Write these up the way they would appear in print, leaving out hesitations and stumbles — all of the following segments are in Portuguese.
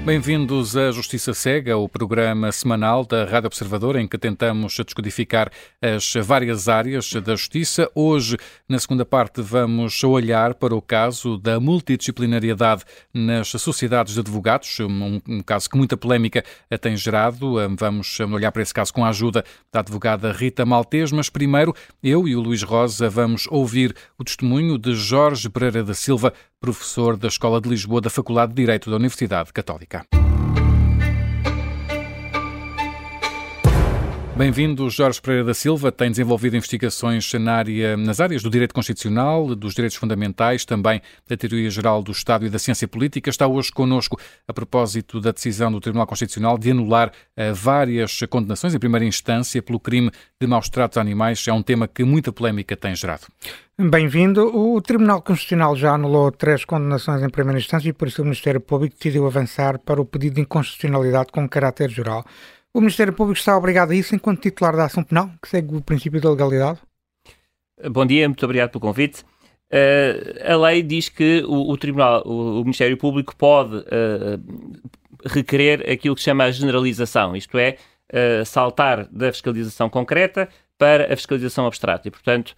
Bem-vindos à Justiça Cega, o programa semanal da Rádio Observador, em que tentamos descodificar as várias áreas da justiça. Hoje, na segunda parte, vamos olhar para o caso da multidisciplinariedade nas sociedades de advogados, um caso que muita polémica tem gerado. Vamos olhar para esse caso com a ajuda da advogada Rita Maltês, mas primeiro, eu e o Luís Rosa vamos ouvir o testemunho de Jorge Pereira da Silva, professor da Escola de Lisboa da Faculdade de Direito da Universidade Católica. Bem-vindo, Jorge Pereira da Silva. Tem desenvolvido investigações nas áreas do direito constitucional, dos direitos fundamentais, também da teoria geral do Estado e da ciência política. Está hoje connosco a propósito da decisão do Tribunal Constitucional de anular várias condenações em primeira instância pelo crime de maus-tratos a animais. É um tema que muita polémica tem gerado. Bem-vindo. O Tribunal Constitucional já anulou 3 condenações em primeira instância e por isso o Ministério Público decidiu avançar para o pedido de inconstitucionalidade com caráter geral. O Ministério Público está obrigado a isso enquanto titular da ação penal, que segue o princípio da legalidade? Bom dia, muito obrigado pelo convite. A lei diz que o Ministério Público pode requerer aquilo que se chama a generalização, isto é, saltar da fiscalização concreta para a fiscalização abstrata. E, portanto,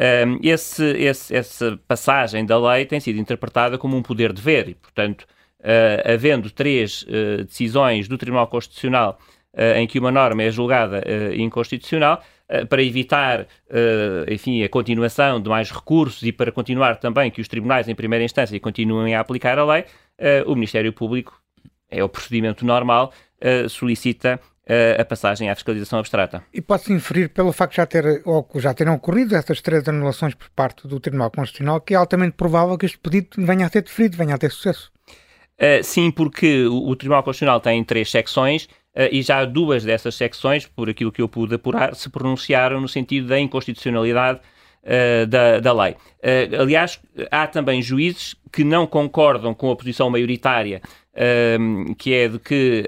essa passagem da lei tem sido interpretada como um poder de ver e, portanto, havendo 3 decisões do Tribunal Constitucional em que uma norma é julgada inconstitucional, para evitar, a continuação de mais recursos e para continuar também que os tribunais em primeira instância continuem a aplicar a lei, o Ministério Público, é o procedimento normal, solicita a passagem à fiscalização abstrata. E pode-se inferir pelo facto de já terem ocorrido essas 3 anulações por parte do Tribunal Constitucional que é altamente provável que este pedido venha a ser deferido, venha a ter sucesso. Sim, porque o Tribunal Constitucional tem 3 secções e já 2 dessas secções, por aquilo que eu pude apurar, se pronunciaram no sentido da inconstitucionalidade da lei. Aliás, há também juízes que não concordam com a posição maioritária, que é de que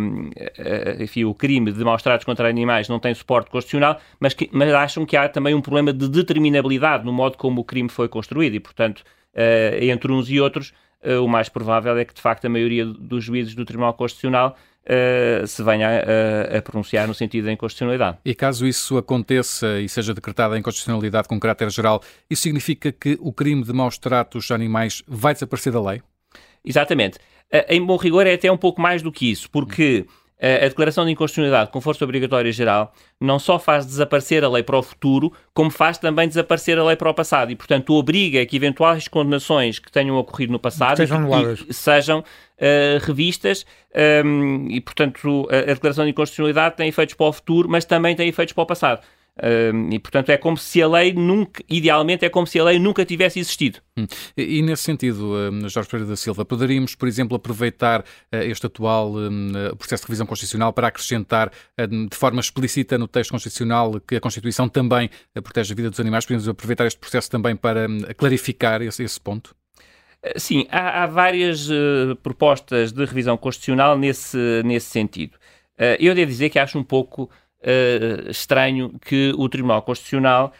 o crime de maus-tratos contra animais não tem suporte constitucional, mas acham que há também um problema de determinabilidade no modo como o crime foi construído e, portanto, entre uns e outros, o mais provável é que, de facto, a maioria dos juízes do Tribunal Constitucional se venha a pronunciar no sentido da inconstitucionalidade. E caso isso aconteça e seja decretada a inconstitucionalidade com caráter geral, isso significa que o crime de maus-tratos a animais vai desaparecer da lei? Exatamente. Em bom rigor é até um pouco mais do que isso, porque a declaração de inconstitucionalidade com força obrigatória geral não só faz desaparecer a lei para o futuro, como faz também desaparecer a lei para o passado e, portanto, obriga que eventuais condenações que tenham ocorrido no passado sejam revistas e, portanto, a declaração de inconstitucionalidade tem efeitos para o futuro, mas também tem efeitos para o passado. E, portanto, é como se a lei idealmente é como se a lei nunca tivesse existido. E nesse sentido, Jorge Pereira da Silva, poderíamos, por exemplo, aproveitar este atual processo de revisão constitucional para acrescentar de forma explícita no texto constitucional que a Constituição também protege a vida dos animais? Podemos aproveitar este processo também para clarificar esse ponto? Sim, há várias propostas de revisão constitucional nesse sentido. Eu devo dizer que acho um pouco estranho que o Tribunal Constitucional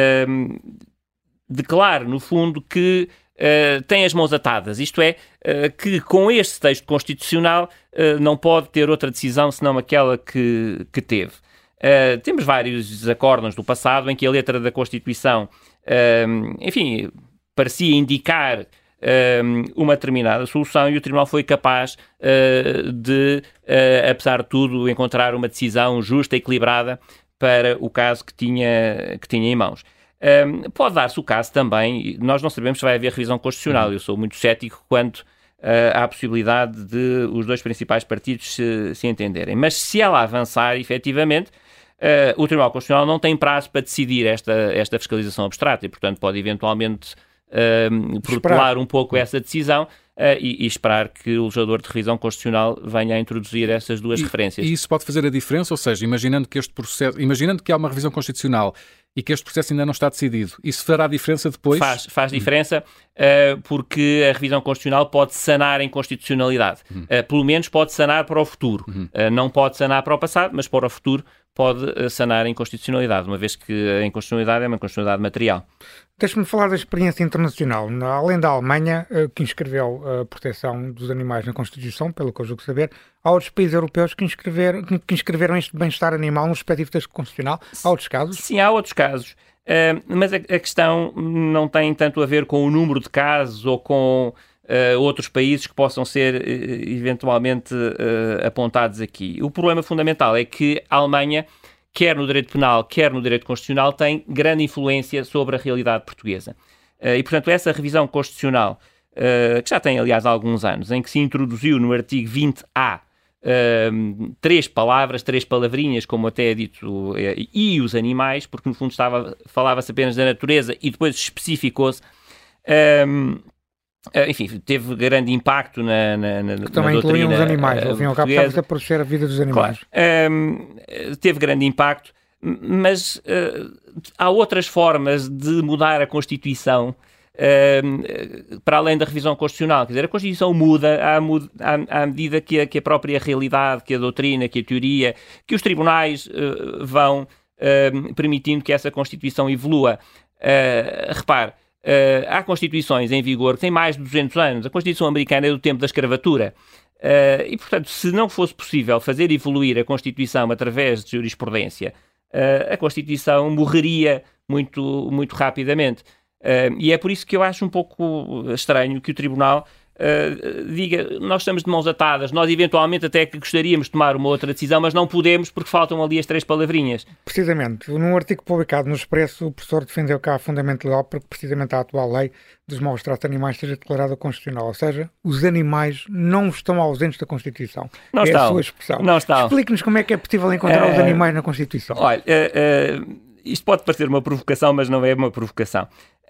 declare, no fundo, que tem as mãos atadas. Isto é, que com este texto constitucional não pode ter outra decisão senão aquela que teve. Temos vários acórdãos do passado em que a letra da Constituição, parecia indicar uma determinada solução e o Tribunal foi capaz de, apesar de tudo, encontrar uma decisão justa e equilibrada para o caso que tinha em mãos. Pode dar-se o caso também, nós não sabemos se vai haver revisão constitucional, eu sou muito cético quanto à possibilidade de os 2 principais partidos se entenderem, mas se ela avançar efetivamente, o Tribunal Constitucional não tem prazo para decidir esta fiscalização abstrata e, portanto, pode eventualmente protelar um pouco essa decisão e esperar que o legislador de revisão constitucional venha a introduzir essas 2 referências. E isso pode fazer a diferença? Ou seja, imaginando que há uma revisão constitucional e que este processo ainda não está decidido, isso fará diferença depois? Faz diferença porque a revisão constitucional pode sanar a inconstitucionalidade. Pelo menos pode sanar para o futuro. Não pode sanar para o passado, mas para o futuro pode sanar a inconstitucionalidade, uma vez que a inconstitucionalidade é uma inconstitucionalidade material. Deixe-me falar da experiência internacional. Além da Alemanha, que inscreveu a proteção dos animais na Constituição, pelo que eu julgo saber, há outros países europeus que inscreveram este bem-estar animal no respectivo texto constitucional. Há outros casos? Sim, há outros casos. Mas a questão não tem tanto a ver com o número de casos ou com outros países que possam ser eventualmente apontados aqui. O problema fundamental é que a Alemanha, quer no direito penal, quer no direito constitucional, tem grande influência sobre a realidade portuguesa. E, portanto, essa revisão constitucional, que já tem, aliás, alguns anos, em que se introduziu no artigo 20A 3 palavrinhas, como até é dito, e os animais, porque no fundo falava-se apenas da natureza e depois especificou-se. Enfim, teve grande impacto na também doutrina incluíam os animais, ao fim e ao cabo estava a proteger a vida dos animais. Claro. Teve grande impacto, mas há outras formas de mudar a Constituição para além da revisão constitucional. Quer dizer, a Constituição muda à medida que a própria realidade, que a doutrina, que a teoria, que os tribunais vão permitindo que essa Constituição evolua. Repare, há Constituições em vigor que têm mais de 200 anos. A Constituição americana é do tempo da escravatura. E, portanto, se não fosse possível fazer evoluir a Constituição através de jurisprudência, a Constituição morreria muito, muito rapidamente. E é por isso que eu acho um pouco estranho que o Tribunal diga, nós estamos de mãos atadas, nós eventualmente até que gostaríamos de tomar uma outra decisão, mas não podemos porque faltam ali as 3 palavrinhas. Precisamente, num artigo publicado no Expresso, o professor defendeu cá fundamento legal para que precisamente a atual lei dos maus tratos de animais seja declarada constitucional, ou seja, os animais não estão ausentes da Constituição. Não é estão. A sua expressão. Não estão. Explique-nos como é que é possível encontrar os animais na Constituição. Olha, isto pode parecer uma provocação, mas não é uma provocação.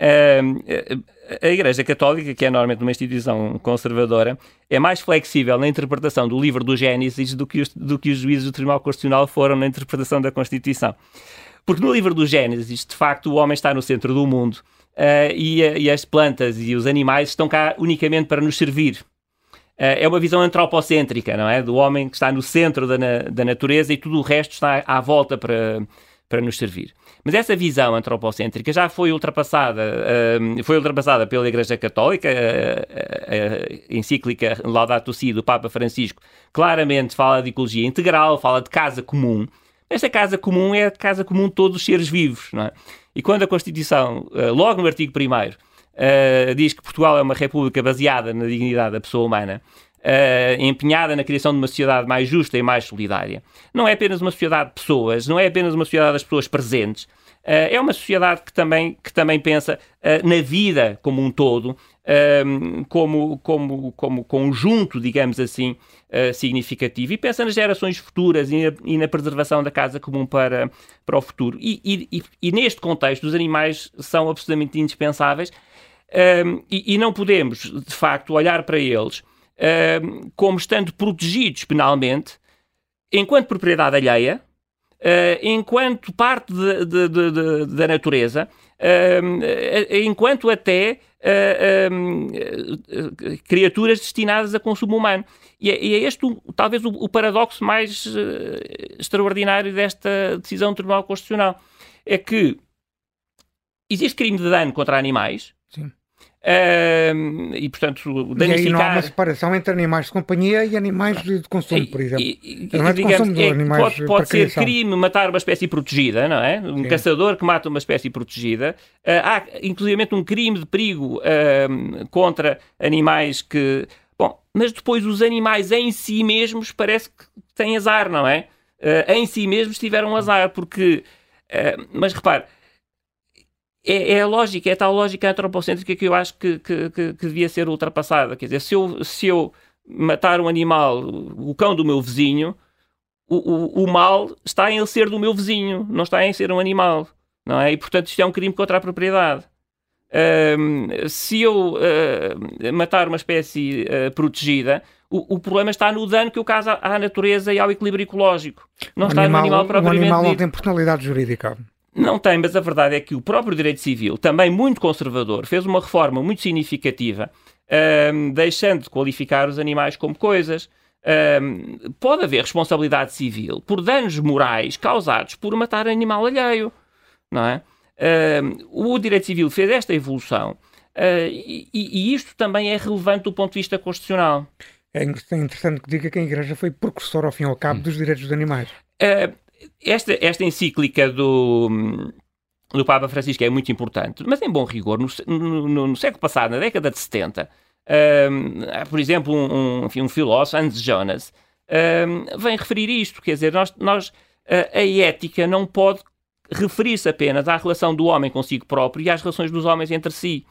A Igreja Católica, que é normalmente uma instituição conservadora, é mais flexível na interpretação do livro do Gênesis do que os juízes do Tribunal Constitucional foram na interpretação da Constituição. Porque no livro do Gênesis, de facto, o homem está no centro do mundo e as plantas e os animais estão cá unicamente para nos servir. É uma visão antropocêntrica, não é? Do homem que está no centro da natureza e tudo o resto está à volta para nos servir. Mas essa visão antropocêntrica já foi ultrapassada pela Igreja Católica. A encíclica Laudato Si do Papa Francisco claramente fala de ecologia integral, fala de casa comum. Esta casa comum é a casa comum de todos os seres vivos, não é? E quando a Constituição, logo no artigo 1º, diz que Portugal é uma república baseada na dignidade da pessoa humana, empenhada na criação de uma sociedade mais justa e mais solidária. Não é apenas uma sociedade de pessoas, não é apenas uma sociedade das pessoas presentes, é uma sociedade que também pensa na vida como um todo, como conjunto, digamos assim, significativo, e pensa nas gerações futuras e na preservação da casa comum para o futuro. E neste contexto, os animais são absolutamente indispensáveis, e não podemos, de facto, olhar para eles como estando protegidos penalmente, enquanto propriedade alheia, enquanto parte da natureza, enquanto até criaturas destinadas a consumo humano. E é este talvez o paradoxo mais extraordinário desta decisão do Tribunal Constitucional. É que existe crime de dano contra animais. Sim. E, portanto, danificar... E aí não há uma separação entre animais de companhia e animais de consumo, por exemplo. Não é de consumo de animais pode ser crime matar uma espécie protegida, não é? Um caçador que mata uma espécie protegida. Há, inclusivamente, um crime de perigo contra animais que... Bom, mas depois os animais em si mesmos parece que têm azar, não é? Em si mesmos tiveram azar, porque... mas repare, é a lógica, é a tal lógica antropocêntrica que eu acho que devia ser ultrapassada. Quer dizer, se eu matar um animal, o cão do meu vizinho, o mal está em ele ser do meu vizinho, não está em ser um animal, não é? E, portanto, isto é um crime contra a propriedade. Se eu matar uma espécie protegida, o problema está no dano que eu causo à natureza e ao equilíbrio ecológico. Não está no animal propriamente dito. O animal não tem personalidade jurídica. Não tem, mas a verdade é que o próprio direito civil, também muito conservador, fez uma reforma muito significativa, deixando de qualificar os animais como coisas, pode haver responsabilidade civil por danos morais causados por matar animal alheio, não é? O direito civil fez esta evolução e isto também é relevante do ponto de vista constitucional. É interessante que diga que a Igreja foi precursora, ao fim e ao cabo, dos direitos dos animais. Esta encíclica do Papa Francisco é muito importante, mas em bom rigor, no século passado, na década de 70, por exemplo, um filósofo, Hans Jonas, vem referir isto, quer dizer, a ética não pode referir-se apenas à relação do homem consigo próprio e às relações dos homens entre si.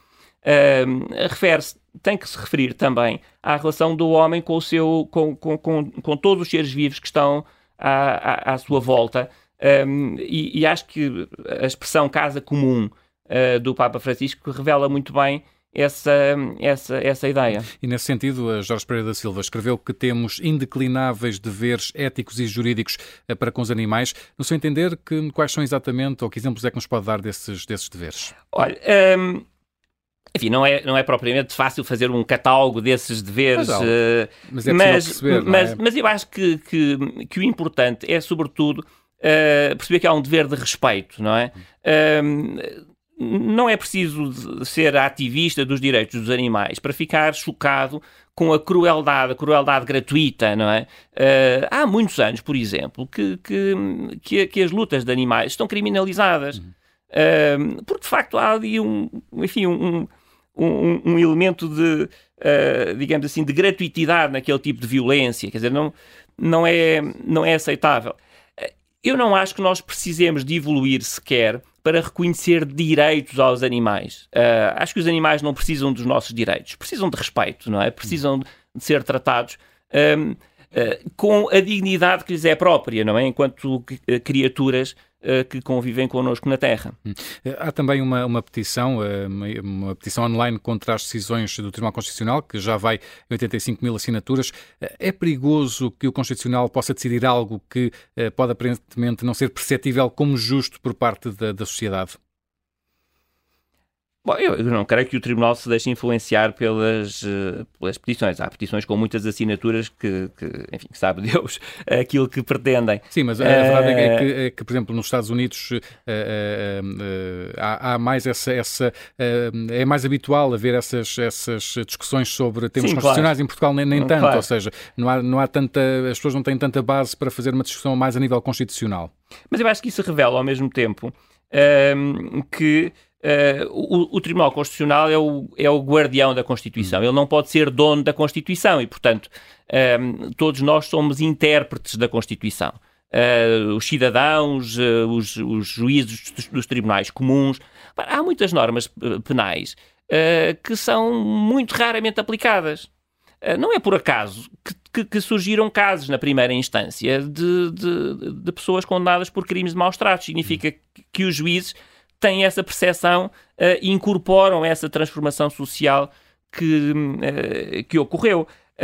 Tem que se referir também à relação do homem com todos os seres vivos que estão à sua volta, e acho que a expressão casa comum do Papa Francisco revela muito bem essa ideia. E nesse sentido, Jorge Pereira da Silva escreveu que temos indeclináveis deveres éticos e jurídicos para com os animais. No seu entender, quais são exatamente, ou que exemplos é que nos pode dar desses deveres? Olha, enfim, não é propriamente fácil fazer um catálogo desses deveres, mas é possível perceber, mas eu acho que o importante é, sobretudo, perceber que há um dever de respeito, não é? Não é preciso ser ativista dos direitos dos animais para ficar chocado com a crueldade gratuita, não é? Há muitos anos, por exemplo, que as lutas de animais estão criminalizadas. Porque, de facto, há ali um elemento de, digamos assim, de gratuitidade naquele tipo de violência. Quer dizer, não é aceitável. Eu não acho que nós precisemos de evoluir sequer para reconhecer direitos aos animais. Acho que os animais não precisam dos nossos direitos. Precisam de respeito, não é? Precisam de ser tratados com a dignidade que lhes é própria, não é? Enquanto criaturas que convivem connosco na Terra. Há também uma petição online contra as decisões do Tribunal Constitucional, que já vai em 85 mil assinaturas. É perigoso que o Constitucional possa decidir algo que pode aparentemente não ser perceptível como justo por parte da sociedade? Bom, eu não creio que o Tribunal se deixe influenciar pelas petições. Há petições com muitas assinaturas que enfim, sabe Deus aquilo que pretendem. Sim, mas a verdade é que, por exemplo, nos Estados Unidos há mais é mais habitual haver essas discussões sobre temas constitucionais. Claro. Em Portugal nem tanto, claro. Ou seja, não há tanta, as pessoas não têm tanta base para fazer uma discussão mais a nível constitucional. Mas eu acho que isso revela ao mesmo tempo que o Tribunal Constitucional é o guardião da Constituição. Ele não pode ser dono da Constituição e, portanto, todos nós somos intérpretes da Constituição. Os cidadãos, os juízes dos tribunais comuns. Há muitas normas penais que são muito raramente aplicadas. Não é por acaso que surgiram casos na primeira instância de pessoas condenadas por crimes de maus tratos. Significa que os juízes têm essa percepção e incorporam essa transformação social que ocorreu.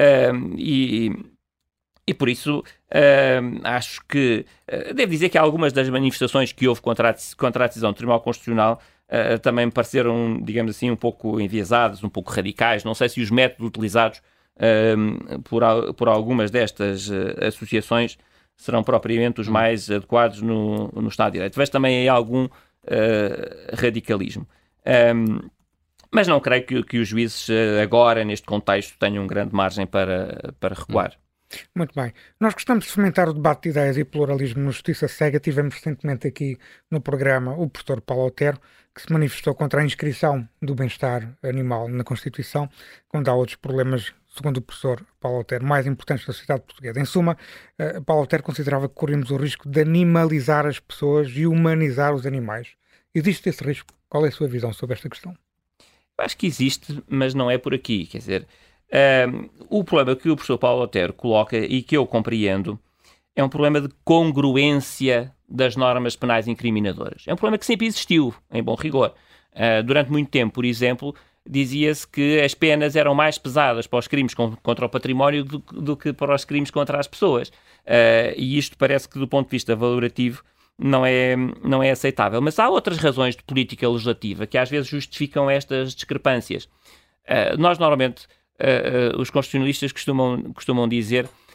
E por isso acho que devo dizer que algumas das manifestações que houve contra a decisão do Tribunal Constitucional também me pareceram, digamos assim, um pouco enviesadas, um pouco radicais. Não sei se os métodos utilizados por algumas destas associações serão propriamente os mais adequados no Estado de Direito. Vejo também aí algum radicalismo. Mas não creio que os juízes agora, neste contexto, tenham grande margem para recuar. Muito bem. Nós gostamos de fomentar o debate de ideias e pluralismo no Justiça Cega. Tivemos recentemente aqui no programa o professor Paulo Otero, que se manifestou contra a inscrição do bem-estar animal na Constituição, quando há outros problemas, segundo o professor Paulo Otero, mais importantes da sociedade portuguesa. Em suma, Paulo Otero considerava que corremos o risco de animalizar as pessoas e humanizar os animais. Existe esse risco? Qual é a sua visão sobre esta questão? Eu acho que existe, mas não é por aqui. Quer dizer, o problema que o professor Paulo Otero coloca e que eu compreendo é um problema de congruência das normas penais incriminadoras. É um problema que sempre existiu, em bom rigor. Durante muito tempo, por exemplo, dizia-se que as penas eram mais pesadas para os crimes contra o património do que para os crimes contra as pessoas. E isto parece que, do ponto de vista valorativo, não é aceitável. Mas há outras razões de política legislativa que às vezes justificam estas discrepâncias. Nós, normalmente, os constitucionalistas costumam dizer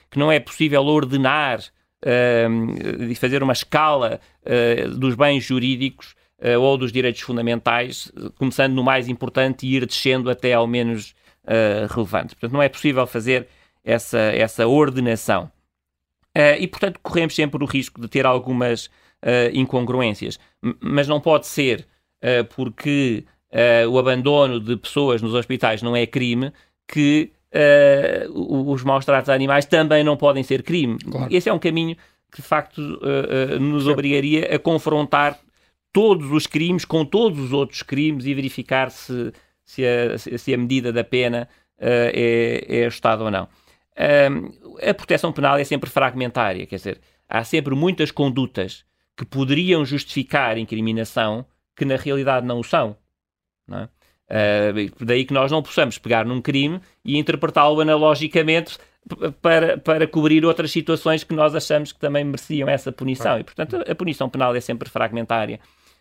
que não é possível ordenar e fazer uma escala dos bens jurídicos ou dos direitos fundamentais, começando no mais importante e ir descendo até ao menos relevante. Portanto, não é possível fazer essa ordenação. E, portanto, corremos sempre o risco de ter algumas incongruências. Mas não pode ser porque o abandono de pessoas nos hospitais não é crime que os maus-tratos a animais também não podem ser crime. Claro. Esse é um caminho que, de facto, nos obrigaria a confrontar todos os crimes com todos os outros crimes e verificar se a medida da pena é ajustada ou não. A proteção penal é sempre fragmentária, quer dizer, há sempre muitas condutas que poderiam justificar incriminação que na realidade não o são, não é? Daí que nós não possamos pegar num crime e interpretá-lo analogicamente para cobrir outras situações que nós achamos que também mereciam essa punição. E, portanto, a punição penal é sempre fragmentária.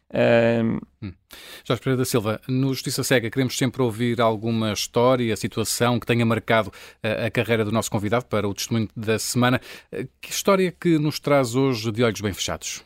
Jorge Pereira da Silva, no Justiça Cega queremos sempre ouvir alguma história, situação que tenha marcado a carreira do nosso convidado para o testemunho da semana. Que história que nos traz hoje de olhos bem fechados?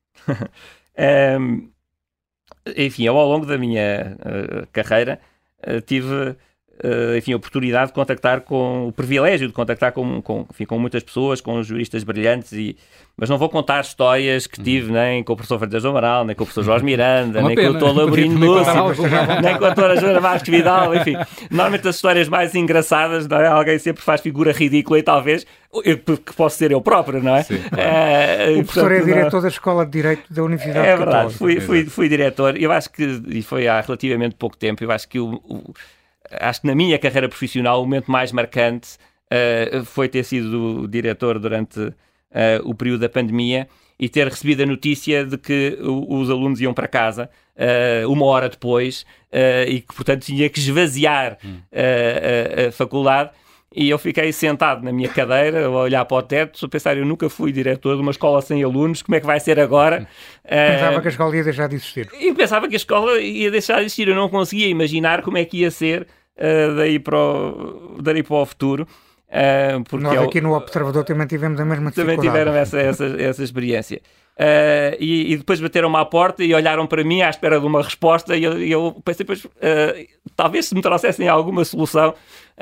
Enfim, eu, ao longo da minha carreira tive a oportunidade de contactar o privilégio de contactar com muitas pessoas, com juristas brilhantes, mas não vou contar histórias que tive nem com o professor Freitas do Amaral, nem com o professor Jorge Miranda, nem com o Dr. Laurindo Lúcio, nem com a doutora Joana Marques Vidal, enfim. Normalmente as histórias mais engraçadas, não é? Alguém sempre faz figura ridícula e talvez que posso ser eu próprio, não é? Sim, claro. O professor é diretor da Escola de Direito da Universidade Católica. É verdade, fui diretor. Eu acho que, e foi há relativamente pouco tempo, eu acho que acho que na minha carreira profissional o momento mais marcante foi ter sido diretor durante o período da pandemia e ter recebido a notícia de que os alunos iam para casa uma hora depois e que, portanto, tinha que esvaziar a faculdade. E eu fiquei sentado na minha cadeira, a olhar para o teto, a pensar, eu nunca fui diretor de uma escola sem alunos, como é que vai ser agora? Pensava que a escola ia deixar de existir. E pensava que a escola ia deixar de existir, eu não conseguia imaginar como é que ia ser daí para o futuro. Porque nós aqui no Observador também tivemos a mesma dificuldade. Também tiveram essa experiência. E depois bateram-me à porta e olharam para mim à espera de uma resposta e eu pensei, talvez se me trouxessem alguma solução,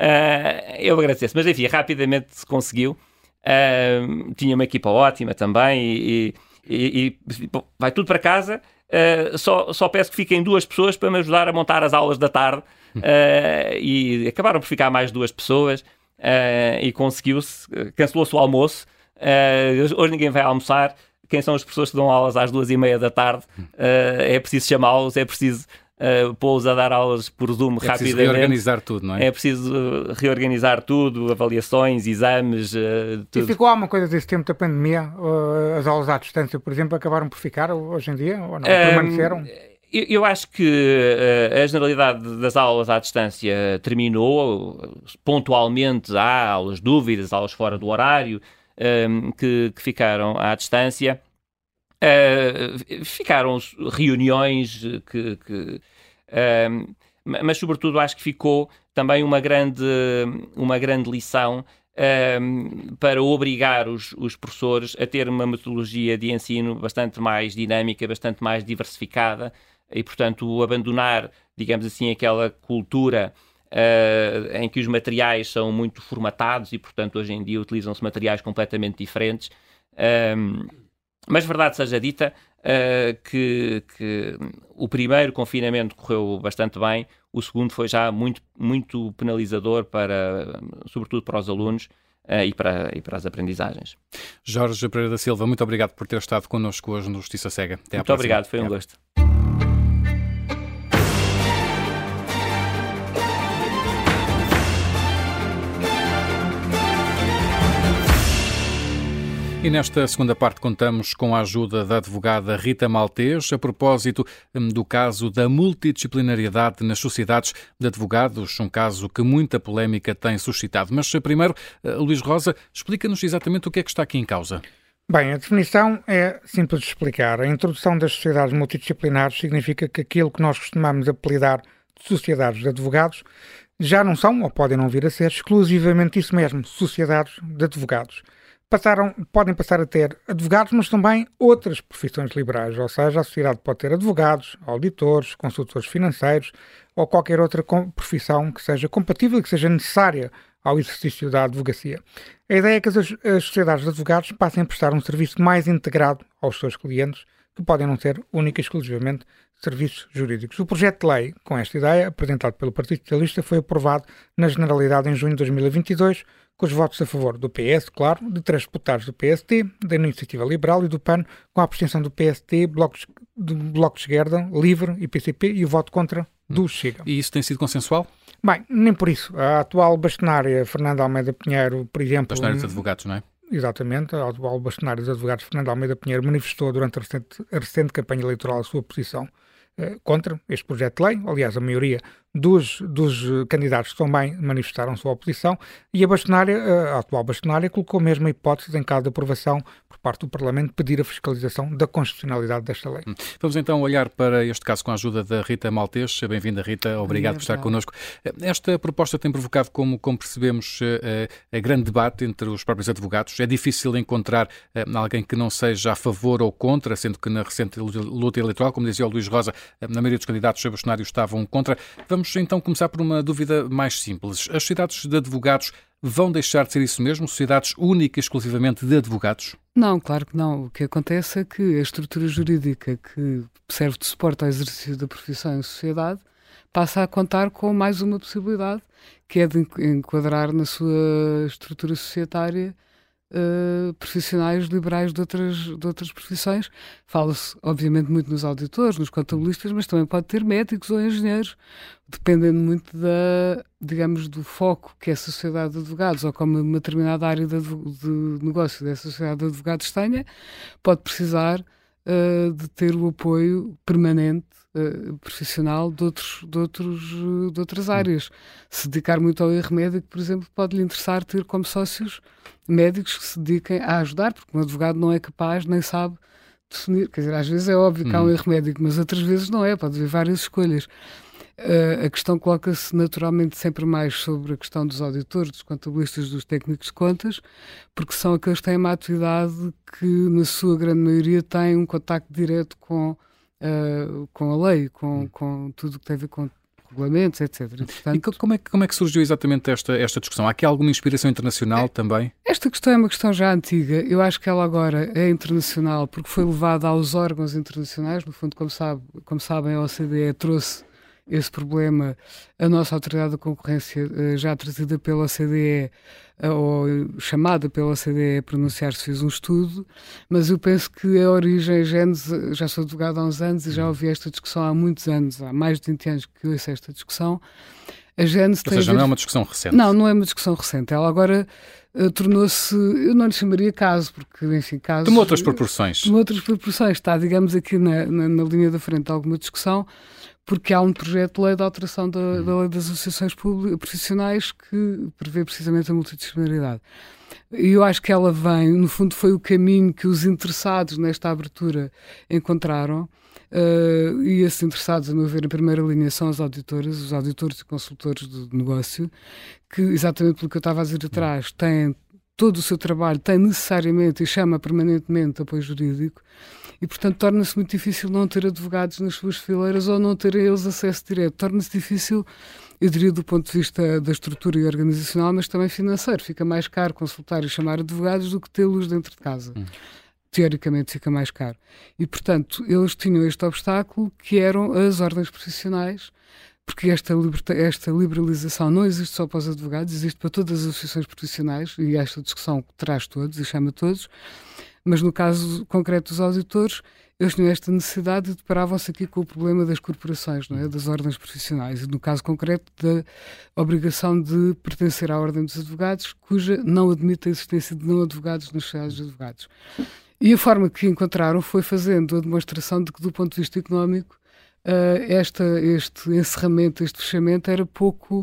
eu agradecesse. Mas enfim, rapidamente se conseguiu. Tinha uma equipa ótima também e bom, vai tudo para casa. Só peço que fiquem 2 pessoas para me ajudar a montar as aulas da tarde. E acabaram por ficar mais 2 pessoas e conseguiu-se, cancelou-se o almoço. Hoje ninguém vai almoçar. Quem são as pessoas que dão aulas às 2h30 da tarde? É preciso chamá-los, é preciso pô-los a dar aulas por Zoom rapidamente. É preciso reorganizar tudo, não é? É preciso reorganizar tudo, avaliações, exames, tudo. E ficou alguma coisa desse tempo da pandemia? As aulas à distância, por exemplo, acabaram por ficar hoje em dia? Ou não? Permaneceram? Eu acho que a generalidade das aulas à distância terminou. Pontualmente há aulas dúvidas, aulas fora do horário, que ficaram à distância. Ficaram reuniões mas sobretudo acho que ficou também uma grande lição para obrigar os professores a ter uma metodologia de ensino bastante mais dinâmica, bastante mais diversificada e, portanto, abandonar, digamos assim, aquela cultura em que os materiais são muito formatados e, portanto, hoje em dia utilizam-se materiais completamente diferentes. Mas verdade seja dita que o primeiro confinamento correu bastante bem, o segundo foi já muito, muito penalizador, sobretudo para os alunos e para as aprendizagens. Jorge Pereira da Silva, muito obrigado por ter estado connosco hoje no Justiça Cega. Até à próxima. Muito obrigado, foi um gosto. E nesta segunda parte contamos com a ajuda da advogada Rita Maltês a propósito do caso da multidisciplinariedade nas sociedades de advogados, um caso que muita polémica tem suscitado. Mas primeiro, Luís Rosa, explica-nos exatamente o que é que está aqui em causa. Bem, a definição é simples de explicar. A introdução das sociedades multidisciplinares significa que aquilo que nós costumamos apelidar de sociedades de advogados já não são, ou podem não vir a ser, exclusivamente isso mesmo, sociedades de advogados. Podem passar a ter advogados, mas também outras profissões liberais, ou seja, a sociedade pode ter advogados, auditores, consultores financeiros ou qualquer outra profissão que seja compatível e que seja necessária ao exercício da advocacia. A ideia é que as sociedades de advogados passem a prestar um serviço mais integrado aos seus clientes, que podem não ser única e exclusivamente serviços jurídicos. O projeto de lei, com esta ideia, apresentado pelo Partido Socialista, foi aprovado na Generalidade em junho de 2022, com os votos a favor do PS, claro, de 3 deputados do PSD, da Iniciativa Liberal e do PAN, com a abstenção do PSD, do Bloco de Esquerda, LIVRE e PCP e o voto contra do Chega. E isso tem sido consensual? Bem, nem por isso. A atual bastonária Fernanda Almeida Pinheiro, por exemplo... Bastonária dos advogados, não é? Exatamente. A atual bastonária dos advogados Fernanda Almeida Pinheiro manifestou durante a recente campanha eleitoral a sua posição contra este projeto de lei. Aliás, a maioria dos candidatos também manifestaram sua oposição e a atual bastonária colocou mesmo a hipótese em caso de aprovação por parte do Parlamento pedir a fiscalização da constitucionalidade desta lei. Vamos então olhar para este caso com a ajuda da Rita Maltês. Bem-vinda, Rita. Obrigado por estar connosco. Esta proposta tem provocado, como percebemos, grande debate entre os próprios advogados. É difícil encontrar alguém que não seja a favor ou contra, sendo que na recente luta eleitoral, como dizia o Luís Rosa, na maioria dos candidatos bastonários estavam contra. Vamos então começar por uma dúvida mais simples. As sociedades de advogados vão deixar de ser isso mesmo? Sociedades únicas exclusivamente de advogados? Não, claro que não. O que acontece é que a estrutura jurídica que serve de suporte ao exercício da profissão em sociedade passa a contar com mais uma possibilidade, que é de enquadrar na sua estrutura societária profissionais liberais de outras profissões. Fala-se, obviamente, muito nos auditores, nos contabilistas, mas também pode ter médicos ou engenheiros, dependendo muito do foco que essa sociedade de advogados ou como uma determinada área de negócio dessa sociedade de advogados tenha, pode precisar de ter o apoio permanente profissional de outras áreas. Se dedicar muito ao erro médico, por exemplo, pode-lhe interessar ter como sócios médicos que se dediquem a ajudar, porque um advogado não é capaz, nem sabe definir. Quer dizer, às vezes é óbvio que há um erro médico, mas outras vezes não é, pode haver várias escolhas. A questão coloca-se naturalmente sempre mais sobre a questão dos auditores, dos contabilistas, dos técnicos de contas, porque são aqueles que têm uma atividade que, na sua grande maioria, têm um contacto direto com a lei, com tudo o que tem a ver com regulamentos, etc. E, portanto, e como é que surgiu exatamente esta discussão? Há aqui alguma inspiração internacional também? Esta questão é uma questão já antiga. Eu acho que ela agora é internacional porque foi levada aos órgãos internacionais. No fundo, como sabem, a OCDE trouxe esse problema, a nossa Autoridade da Concorrência, já trazida pela OCDE, ou chamada pela OCDE a pronunciar-se, fez um estudo, mas eu penso que a origem, a gênese, já sou advogado há uns anos e já ouvi esta discussão há muitos anos, há mais de 20 anos que ouço esta discussão. A gênese Ou seja, não é uma discussão recente. Não é uma discussão recente. Ela agora tornou-se, eu não lhe chamaria caso, porque, enfim, caso... Tomou outras proporções. Está, digamos, aqui na linha da frente de alguma discussão, porque há um projeto de lei de alteração da lei das associações profissionais que prevê precisamente a multidisciplinaridade. E eu acho que ela vem, no fundo, foi o caminho que os interessados nesta abertura encontraram, e esses interessados, a meu ver, em primeira linha são os auditores e consultores de negócio, que, exatamente pelo que eu estava a dizer atrás, têm todo o seu trabalho, tem necessariamente e chama permanentemente apoio jurídico, e, portanto, torna-se muito difícil não ter advogados nas suas fileiras ou não ter a eles acesso direto. Torna-se difícil, eu diria, do ponto de vista da estrutura e organizacional, mas também financeiro. Fica mais caro consultar e chamar advogados do que tê-los dentro de casa. Teoricamente fica mais caro. E, portanto, eles tinham este obstáculo que eram as ordens profissionais, porque esta liberalização não existe só para os advogados, existe para todas as associações profissionais, e esta discussão traz todos e chama todos. Mas no caso concreto dos auditores, eles tinham esta necessidade e deparavam-se aqui com o problema das corporações, não é? Das ordens profissionais, e no caso concreto da obrigação de pertencer à ordem dos advogados, cuja não admite a existência de não advogados nas sociedades de advogados. E a forma que encontraram foi fazendo a demonstração de que, do ponto de vista económico, este encerramento, este fechamento era pouco,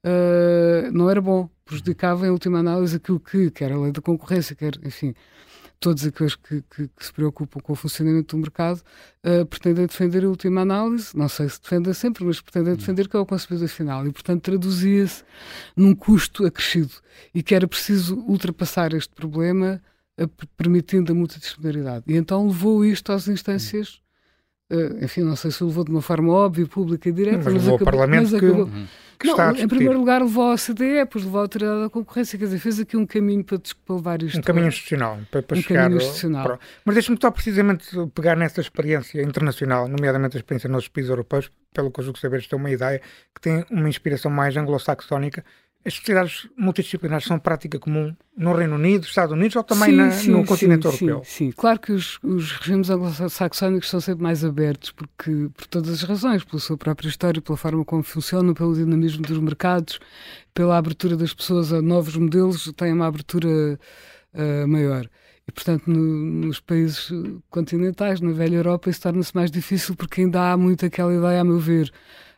não era bom, prejudicava em última análise aquilo que era a lei da concorrência, enfim, todos aqueles que se preocupam com o funcionamento do mercado pretendem defender a última análise, não sei se defendem sempre, mas pretendem defender que é o consumidor final, e portanto traduzia-se num custo acrescido e que era preciso ultrapassar este problema permitindo a multidisciplinaridade. E então levou isto às instâncias, enfim, não sei se o levou de uma forma óbvia, pública e direta, mas levou ao Parlamento que não, está a discutir. Em primeiro lugar levou à OCDE, depois levou à Autoridade da Concorrência, quer dizer, fez aqui um caminho para levar isto. Um caminho institucional, para um chegar... caminho institucional. Mas deixa-me só precisamente pegar nessa experiência internacional, nomeadamente a experiência nos países europeus, pelo que eu julgo saber, isto é uma ideia que tem uma inspiração mais anglo-saxónica. As sociedades multidisciplinares são prática comum no Reino Unido, Estados Unidos ou também no continente europeu? Sim, claro que os regimes anglo-saxónicos são sempre mais abertos por todas as razões, pela sua própria história, pela forma como funcionam, pelo dinamismo dos mercados, pela abertura das pessoas a novos modelos, têm uma abertura maior. E, portanto, nos países continentais, na velha Europa, isso torna-se mais difícil porque ainda há muito aquela ideia, a meu ver,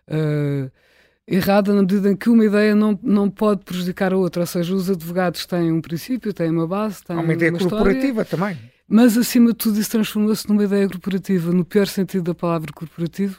errada na medida em que uma ideia não pode prejudicar a outra, ou seja, os advogados têm um princípio, têm uma base, têm uma ideia corporativa também. Mas, acima de tudo, isso transformou-se numa ideia corporativa, no pior sentido da palavra corporativo,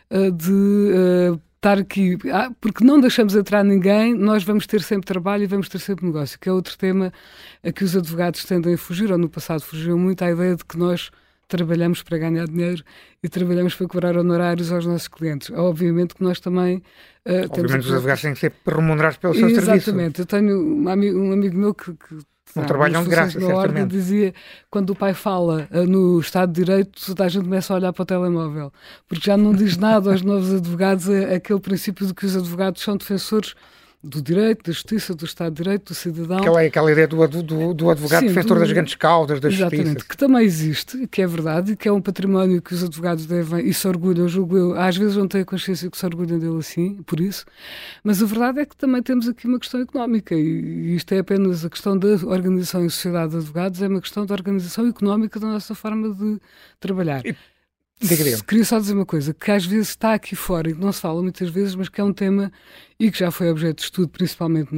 de estar aqui, porque não deixamos entrar ninguém, nós vamos ter sempre trabalho e vamos ter sempre negócio, que é outro tema a que os advogados tendem a fugir, ou no passado fugiam muito à ideia de que nós trabalhamos para ganhar dinheiro e trabalhamos para cobrar honorários aos nossos clientes. Obviamente que nós também obviamente os advogados têm que ser remunerados pelo seu serviço. Exatamente. Eu tenho um amigo meu que não trabalham de graça, certamente. Ordem, dizia, quando o pai fala no Estado de Direito, toda a gente começa a olhar para o telemóvel, porque já não diz nada aos novos advogados aquele princípio de que os advogados são defensores do direito, da justiça, do Estado de Direito, do cidadão. Aquela ideia do advogado defensor das grandes causas, da justiça. Exatamente, que também existe, que é verdade, e que é um património que os advogados devem, e se orgulham, julgo eu, às vezes não têm a consciência que se orgulham dele assim, por isso, mas a verdade é que também temos aqui uma questão económica, e isto é apenas a questão da organização e sociedade de advogados, é uma questão da organização económica da nossa forma de trabalhar. Queria só dizer uma coisa, que às vezes está aqui fora e que não se fala muitas vezes, mas que é um tema e que já foi objeto de estudo, principalmente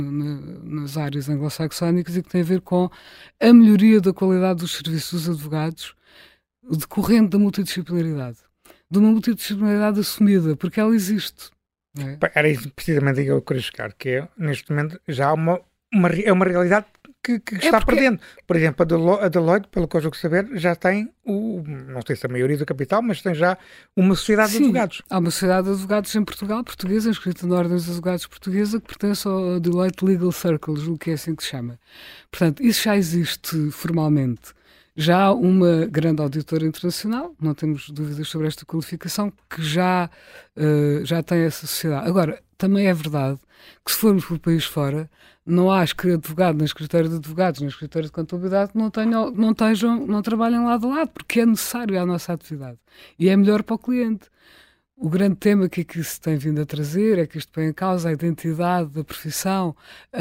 nas áreas anglo-saxónicas, e que tem a ver com a melhoria da qualidade dos serviços dos advogados decorrente da multidisciplinaridade. De uma multidisciplinaridade assumida, porque ela existe. Era isso precisamente que eu queria chegar, que é, neste momento, já há uma realidade que está perdendo. Por exemplo, a Deloitte, pelo que eu julgo saber, já tem, não sei se a maioria do capital, mas tem já uma sociedade de advogados. Há uma sociedade de advogados em Portugal, portuguesa, inscrita na Ordem dos Advogados Portuguesa, que pertence ao Deloitte Legal Circle, o que é assim que se chama. Portanto, isso já existe formalmente. Já há uma grande auditora internacional, não temos dúvidas sobre esta qualificação, que já tem essa sociedade. Agora, também é verdade que se formos por país fora, não há advogado no escritório de advogados, no escritório de contabilidade que não trabalhem lado a lado, porque é necessário à nossa atividade. E é melhor para o cliente. O grande tema que aqui se tem vindo a trazer é que isto põe em causa a identidade da profissão,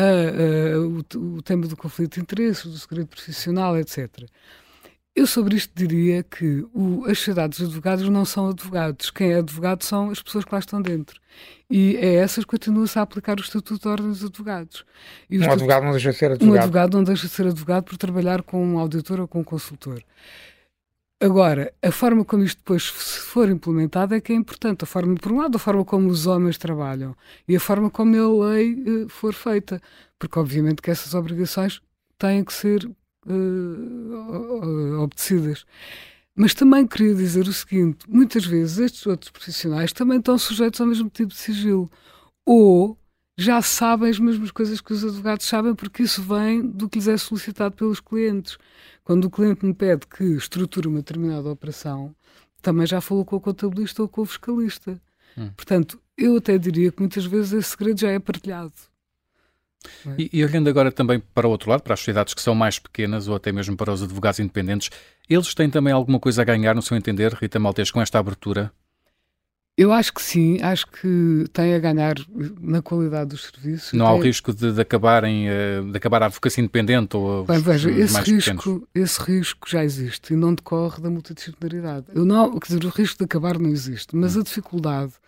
o tema do conflito de interesses, do segredo profissional, etc. Eu sobre isto diria que as sociedades de advogados não são advogados. Quem é advogado são as pessoas que lá estão dentro. E a essas continua-se a aplicar o Estatuto da Ordem dos Advogados. Advogado não deixa de ser advogado. Um advogado não deixa de ser advogado por trabalhar com um auditor ou com um consultor. Agora, a forma como isto depois se for implementado é que é importante. A forma, por um lado, a forma como os homens trabalham e a forma como a lei for feita. Porque, obviamente, que essas obrigações têm que ser obedecidas. Mas também queria dizer o seguinte, muitas vezes estes outros profissionais também estão sujeitos ao mesmo tipo de sigilo, ou já sabem as mesmas coisas que os advogados sabem, porque isso vem do que lhes é solicitado pelos clientes. Quando o cliente me pede que estruture uma determinada operação, também já falou com o contabilista ou com o fiscalista. Portanto, eu até diria que muitas vezes esse segredo já é partilhado. E olhando agora também para o outro lado, para as sociedades que são mais pequenas ou até mesmo para os advogados independentes, eles têm também alguma coisa a ganhar, no seu entender, Rita Maltês, com esta abertura? Eu acho que sim, acho que têm a ganhar na qualidade dos serviços. Não há o risco de acabar a advocacia independente ou veja, pequenos? Esse risco já existe e não decorre da multidisciplinaridade. Quer dizer, o risco de acabar não existe, mas a dificuldade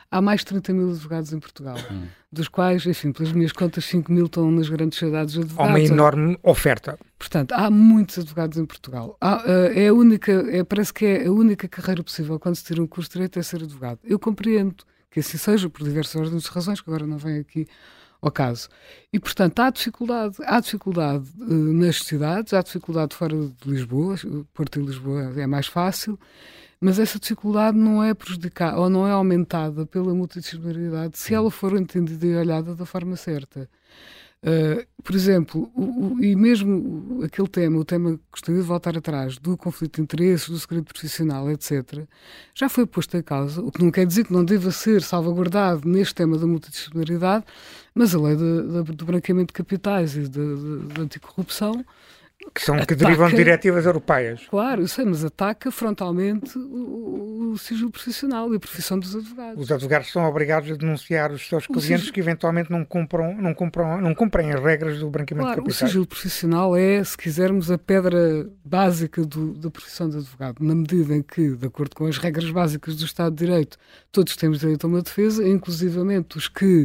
há mais de 30 mil advogados em Portugal, dos quais, enfim, pelas minhas contas, 5 mil estão nas grandes cidades de advogados. Há uma enorme oferta. Portanto, há muitos advogados em Portugal. Parece que é a única carreira possível quando se tira um curso de Direito é ser advogado. Eu compreendo que assim seja, por diversas ordens de razões, que agora não vem aqui ao caso. E, portanto, há dificuldade nas cidades, há dificuldade fora de Lisboa, Porto e Lisboa é mais fácil, mas essa dificuldade não é prejudicada ou não é aumentada pela multidisciplinaridade se ela for entendida e olhada da forma certa. Por exemplo, e mesmo aquele tema, o tema que gostaria de voltar atrás, do conflito de interesses, do segredo profissional, etc., já foi posto em causa, o que não quer dizer que não deva ser salvaguardado neste tema da multidisciplinaridade, mas a lei do branqueamento de capitais e da anticorrupção Que derivam de diretivas europeias. Claro, eu sei, mas ataca frontalmente o sigilo profissional e a profissão dos advogados. Os advogados são obrigados a denunciar os seus clientes que eventualmente não cumprem as regras do branqueamento de capitais. O sigilo profissional é, se quisermos, a pedra básica da profissão de advogado, na medida em que, de acordo com as regras básicas do Estado de Direito, todos temos direito a uma defesa, inclusivamente os que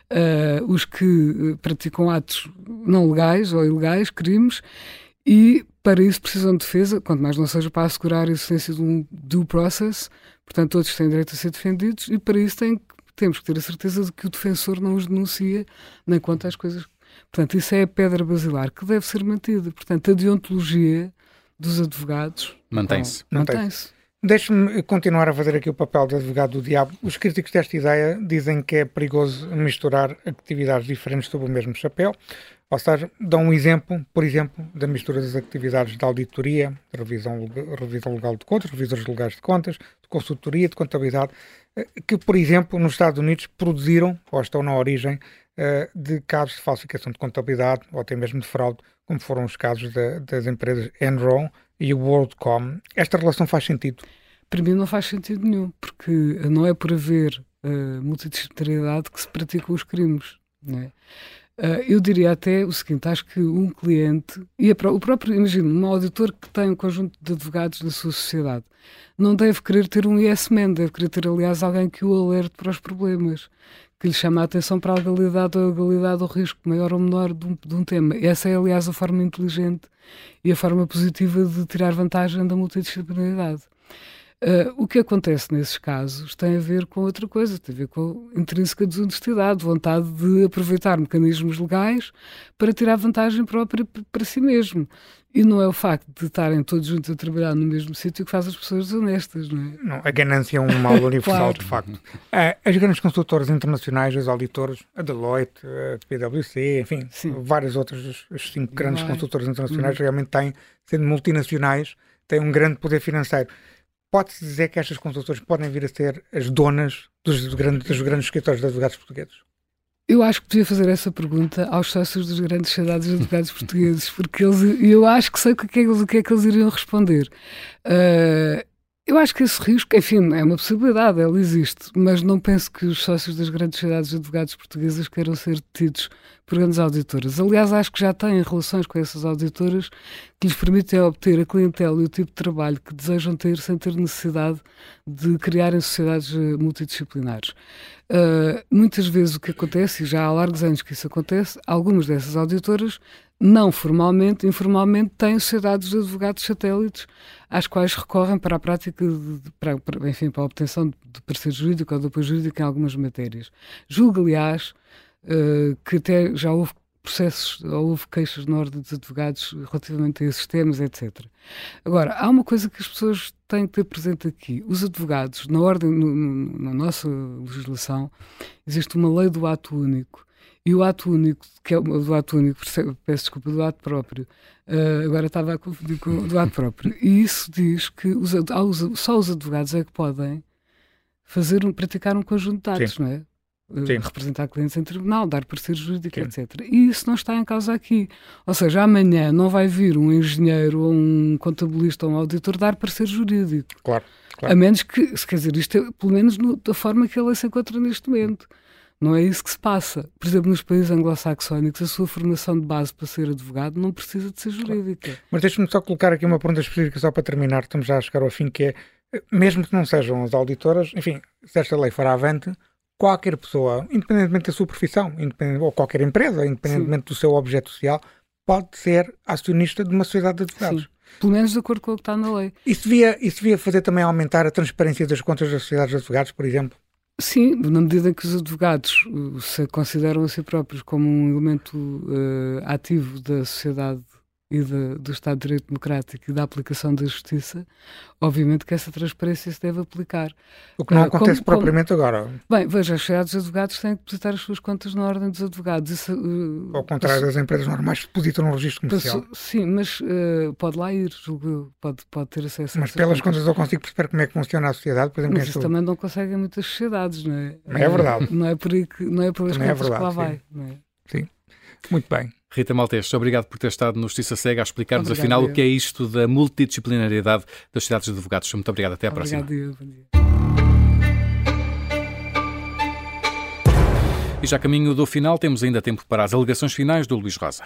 praticam atos não legais ou ilegais, crimes, e para isso precisam de defesa, quanto mais não seja para assegurar a existência de um due process, portanto todos têm direito a ser defendidos, e para isso temos que ter a certeza de que o defensor não os denuncia, nem conta as coisas. Portanto, isso é a pedra basilar que deve ser mantida. Portanto, a deontologia dos advogados mantém-se. Deixe-me continuar a fazer aqui o papel de advogado do diabo. Os críticos desta ideia dizem que é perigoso misturar atividades diferentes sob o mesmo chapéu, ou seja, dão um exemplo, por exemplo, da mistura das atividades de auditoria, de revisão legal de contas, revisores legais de contas, de consultoria, de contabilidade, que, por exemplo, nos Estados Unidos produziram, ou estão na origem, de casos de falsificação de contabilidade, ou até mesmo de fraude, como foram os casos das empresas Enron e o WorldCom. Esta relação faz sentido? Para mim não faz sentido nenhum, porque não é por haver multidisciplinaridade que se praticam os crimes, não é? Eu diria até o seguinte, acho que um cliente, o próprio, imagino, um auditor que tem um conjunto de advogados na sua sociedade, não deve querer ter um yes man, deve querer ter, aliás, alguém que o alerte para os problemas, que lhe chama a atenção para a legalidade ou risco maior ou menor de um tema. Essa é, aliás, a forma inteligente e a forma positiva de tirar vantagem da multidisciplinaridade. O que acontece nesses casos tem a ver com outra coisa, tem a ver com intrínseca desonestidade, vontade de aproveitar mecanismos legais para tirar vantagem própria para si mesmo. E não é o facto de estarem todos juntos a trabalhar no mesmo sítio que faz as pessoas desonestas, não é? Não, a ganância é um mal universal, claro. De facto. As grandes consultoras internacionais, as auditoras, a Deloitte, a PwC, enfim, sim, várias outras, as 5 grandes consultoras internacionais realmente têm, sendo multinacionais, têm um grande poder financeiro. Pode-se dizer que estas consultoras podem vir a ser as donas dos grandes escritórios de advogados portugueses? Eu acho que devia fazer essa pergunta aos sócios das grandes sociedades de advogados portugueses, porque eu acho que sei o que é que eles iriam responder. Eu acho que esse risco, enfim, é uma possibilidade, ela existe, mas não penso que os sócios das grandes sociedades de advogados portuguesas queiram ser detidos por grandes auditoras. Aliás, acho que já têm relações com essas auditoras que lhes permitem obter a clientela e o tipo de trabalho que desejam ter sem ter necessidade de criarem sociedades multidisciplinares. Muitas vezes o que acontece, e já há largos anos que isso acontece, algumas dessas auditoras, não formalmente, informalmente, têm sociedades de advogados satélites às quais recorrem para a prática, para a obtenção de parecer jurídico ou de apoio jurídico em algumas matérias. Julgo, aliás, que até já houve processos, ou houve queixas na ordem dos advogados relativamente a esses temas, etc. Agora, há uma coisa que as pessoas têm que ter presente aqui. Os advogados, na nossa legislação, existe uma lei do ato único. E o ato único, que é do ato único, peço desculpa, do ato próprio, agora estava a confundir com o do ato próprio, e isso diz que só os advogados é que podem praticar um conjunto de atos, sim, não é? Sim. Representar clientes em tribunal, dar parecer jurídico, sim, etc. E isso não está em causa aqui. Ou seja, amanhã não vai vir um engenheiro ou um contabilista ou um auditor dar parecer jurídico. Claro. A menos que, quer dizer, isto é pelo menos da forma que ele se encontra neste momento. Não é isso que se passa. Por exemplo, nos países anglo-saxónicos, a sua formação de base para ser advogado não precisa de ser jurídica. Mas deixa-me só colocar aqui uma pergunta específica só para terminar, estamos já a chegar ao fim, que é, mesmo que não sejam as auditoras, enfim, se esta lei for avante, qualquer pessoa, independentemente da sua profissão, ou qualquer empresa, independentemente do seu objeto social, pode ser acionista de uma sociedade de advogados. Sim. Pelo menos de acordo com o que está na lei. Isso devia fazer também aumentar a transparência das contas das sociedades de advogados, por exemplo? Sim, na medida em que os advogados se consideram a si próprios como um elemento ativo da sociedade e do Estado de Direito Democrático e da aplicação da justiça, obviamente que essa transparência se deve aplicar. O que não acontece propriamente agora. Bem, veja, as sociedades de advogados têm que depositar as suas contas na ordem dos advogados. Isso, ao contrário das empresas normais que depositam no registro comercial. Sim, mas pode lá ir, julgo eu, pode ter acesso a Mas pelas contas eu consigo perceber como é que funciona a sociedade, por exemplo. Mas isso também não conseguem muitas sociedades, não é? É verdade. Não é por aí que, não é pelas contas que lá vai. Não é? Sim, muito bem. Rita Maltês, obrigado por ter estado no Justiça Cega a explicar-nos afinal o que é isto da multidisciplinariedade das sociedades de advogados. Muito obrigado, até à próxima. Obrigado, bom dia. E já a caminho do final, temos ainda tempo para as alegações finais do Luís Rosa.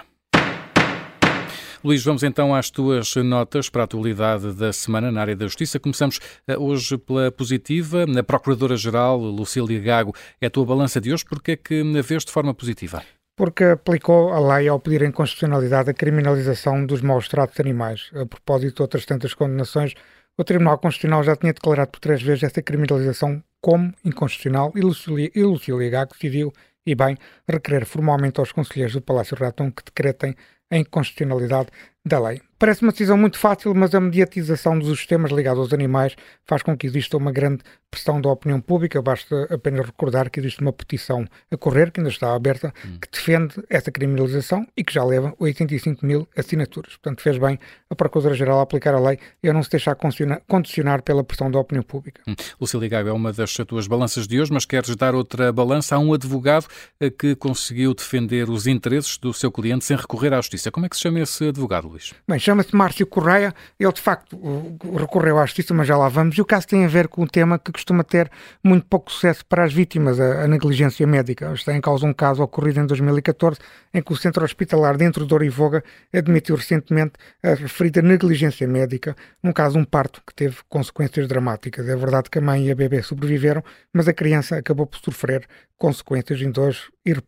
Luís, vamos então às tuas notas para a atualidade da semana na área da Justiça. Começamos hoje pela positiva. A Procuradora-Geral, Lucília Gago, é a tua balança de hoje. Porquê é que a vês de forma positiva? Porque aplicou a lei ao pedir a inconstitucionalidade a criminalização dos maus-tratos de animais. A propósito de outras tantas condenações, o Tribunal Constitucional já tinha declarado por 3 vezes essa criminalização como inconstitucional e Lucília Gago decidiu, e bem, requerer formalmente aos conselheiros do Palácio Ratão que decretem a inconstitucionalidade da lei. Parece uma decisão muito fácil, mas a mediatização dos temas ligados aos animais faz com que exista uma grande pressão da opinião pública. Basta apenas recordar que existe uma petição a correr, que ainda está aberta, que defende essa criminalização e que já leva 85 mil assinaturas. Portanto, fez bem a Procuradora-Geral a aplicar a lei e a não se deixar condicionar pela pressão da opinião pública. Lucília Gago, é uma das tuas balanças de hoje, mas queres dar outra balança? Há um advogado que conseguiu defender os interesses do seu cliente sem recorrer à justiça. Como é que se chama esse advogado, Luís? Bem, chama-se Márcio Correia. Ele, de facto, recorreu à justiça, mas já lá vamos. E o caso tem a ver com um tema que costuma ter muito pouco sucesso para as vítimas, a negligência médica. Está em causa um caso ocorrido em 2014, em que o Centro Hospitalar de Dorivoga admitiu recentemente a referida negligência médica, num caso um parto que teve consequências dramáticas. É verdade que a mãe e a bebê sobreviveram, mas a criança acabou por sofrer consequências em dores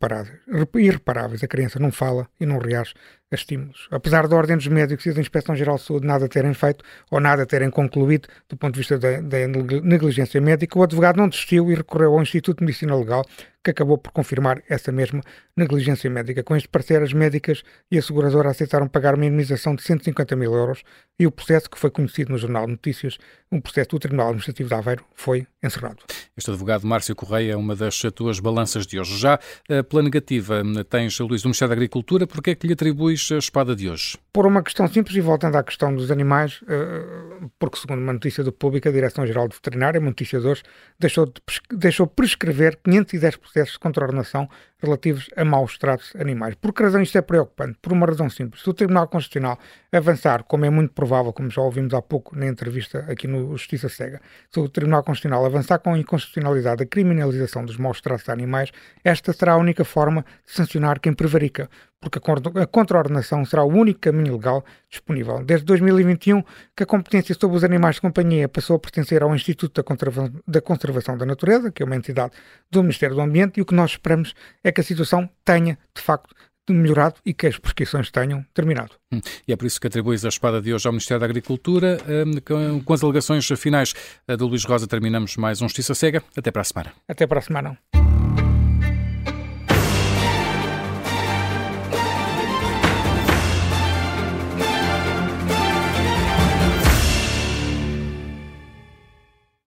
irreparáveis. A criança não fala e não reage a estímulos. Apesar da Ordem dos Médicos e da Inspeção-Geral de Saúde nada terem feito ou nada terem concluído do ponto de vista da negligência médica, o advogado não desistiu e recorreu ao Instituto de Medicina Legal, que acabou por confirmar essa mesma negligência médica. Com este parecer, as médicas e a seguradora aceitaram pagar uma indemnização de 150 mil euros e o processo, que foi conhecido no Jornal de Notícias, um processo do Tribunal Administrativo de Aveiro, foi encerrado. Este advogado, Márcio Correia, é uma das tuas balanças de hoje. Já pela negativa, tens, Luís, do Ministério da Agricultura. Porquê é que lhe atribuis a espada de hoje? Por uma questão simples, e voltando à questão dos animais, porque, segundo uma notícia do Público, a Direção-Geral de Veterinária, uma notícia de hoje, deixou prescrever 510 processos de contraordenação relativos a maus-tratos animais. Por que razão isto é preocupante? Por uma razão simples. Se o Tribunal Constitucional avançar, como é muito provável, como já ouvimos há pouco na entrevista aqui no Justiça Cega, se o Tribunal Constitucional avançar com a inconstitucionalidade da criminalização dos maus-tratos de animais, esta será a única forma de sancionar quem prevarica, porque a contraordenação será o único caminho legal disponível. Desde 2021, que a competência sobre os animais de companhia passou a pertencer ao Instituto da Conservação da Natureza, que é uma entidade do Ministério do Ambiente, e o que nós esperamos é que a situação tenha, de facto, melhorado e que as prescrições tenham terminado. E é por isso que atribuis a espada de hoje ao Ministério da Agricultura. Com as alegações finais do Luís Rosa, terminamos mais um Justiça Cega. Até para a semana. Até para a semana.